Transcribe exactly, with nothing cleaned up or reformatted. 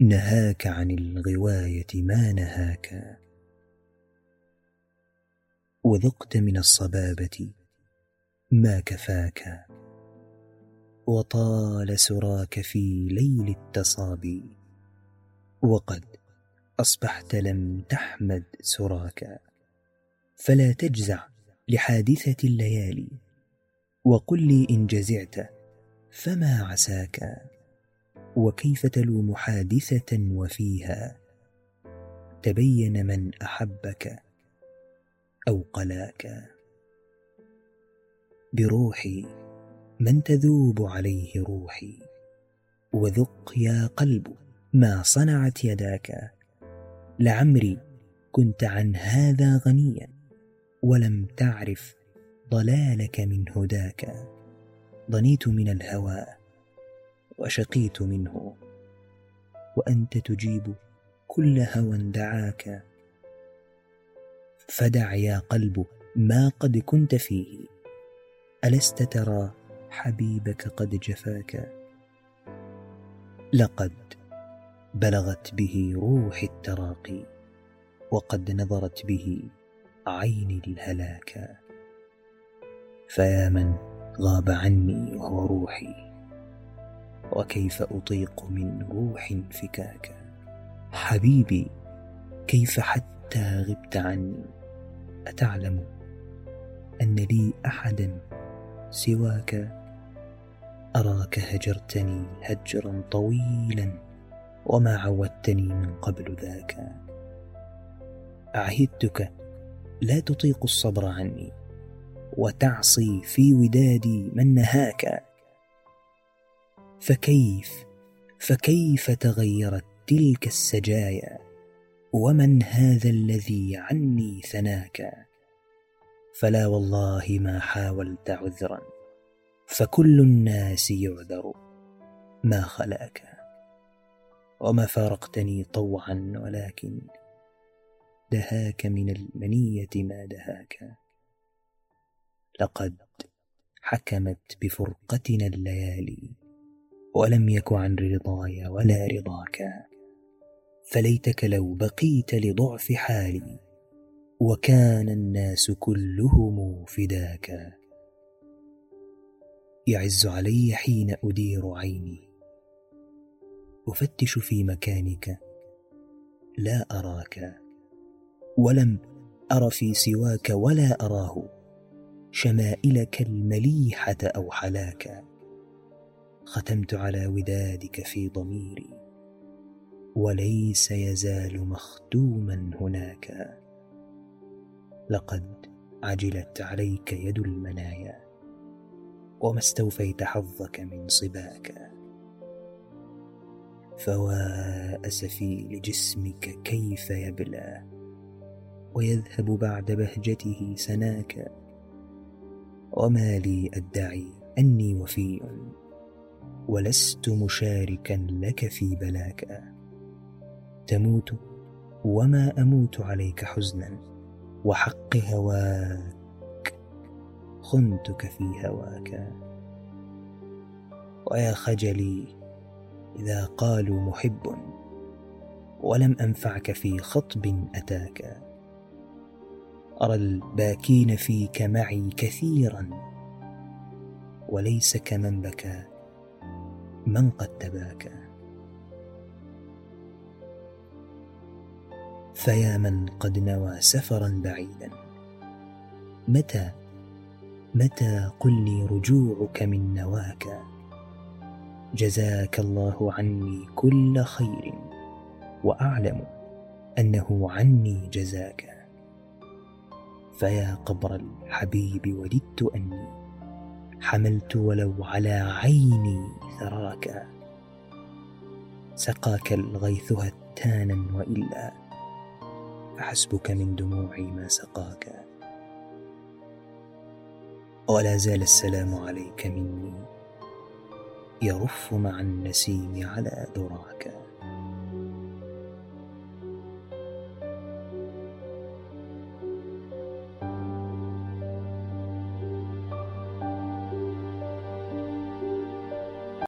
نهاك عن الغواية ما نهاك، وذقت من الصبابة ما كفاك، وطال سراك في ليل التصابي، وقد أصبحت لم تحمد سراك. فلا تجزع لحادثة الليالي، وقل لي إن جزعت فما عساك، وكيف تلوم حادثة وفيها تبين من أحبك أو قلاك. بروحي من تذوب عليه روحي، وذق يا قلب ما صنعت يداك. لعمري كنت عن هذا غنيا، ولم تعرف ضلالك من هداك. ضنيت من الهوى وشقيت منه، وأنت تجيب كل هوى دعاك. فدع يا قلب ما قد كنت فيه، ألست ترى حبيبك قد جفاك. لقد بلغت به روح التراقي، وقد نظرت به عين الهلاك. فيا من غاب عني وهو روحي، وكيف أطيق من روح فكاك. حبيبي كيف حتى غبت عني، أتعلم أن لي أحدا سواك. أراك هجرتني هجرا طويلا، وما عودتني من قبل ذاك. أعهدتك لا تطيق الصبر عني، وتعصي في ودادي من نهاك. فكيف فكيف تغيرت تلك السجايا، ومن هذا الذي عني ثناك. فلا والله ما حاولت عذرا، فكل الناس يعذر ما خلاك. وما فارقتني طوعا، ولكن دهاك من المنية ما دهاك. لقد حكمت بفرقتنا الليالي، ولم يك عن رضاي ولا رضاك. فليتك لو بقيت لضعف حالي، وكان الناس كلهم فداك. يعز علي حين أدير عيني، أفتش في مكانك لا أراك. ولم أر في سواك ولا أراه شمائلك المليحة أو حلاك. ختمت على ودادك في ضميري، وليس يزال مختوما هناك. لقد عجلت عليك يد المنايا، وما استوفيت حظك من صباك. فوا أسفي لجسمك كيف يبلى، ويذهب بعد بهجته سناك. وما لي أدعي أني وفي، ولست مشاركا لك في بلاك. تموت وما أموت عليك حزنا، وحق هواك خنتك في هواك. ويا خجلي إذا قالوا محب، ولم أنفعك في خطب أتاك. أرى الباكين فيك معي كثيرا، وليس كمن بكى من قد تباكى. فيا من قد نوى سفرا بعيدا، متى متى قل لي رجوعك من نواك. جزاك الله عني كل خير، وأعلم أنه عني جزاك. فيا قبر الحبيب وددت أني حملت ولو على عيني ثراك. سقاك الغيث هتانا، وإلا فحسبك من دموعي ما سقاك. ولا زال السلام عليك مني يرف مع النسيم على ذراك.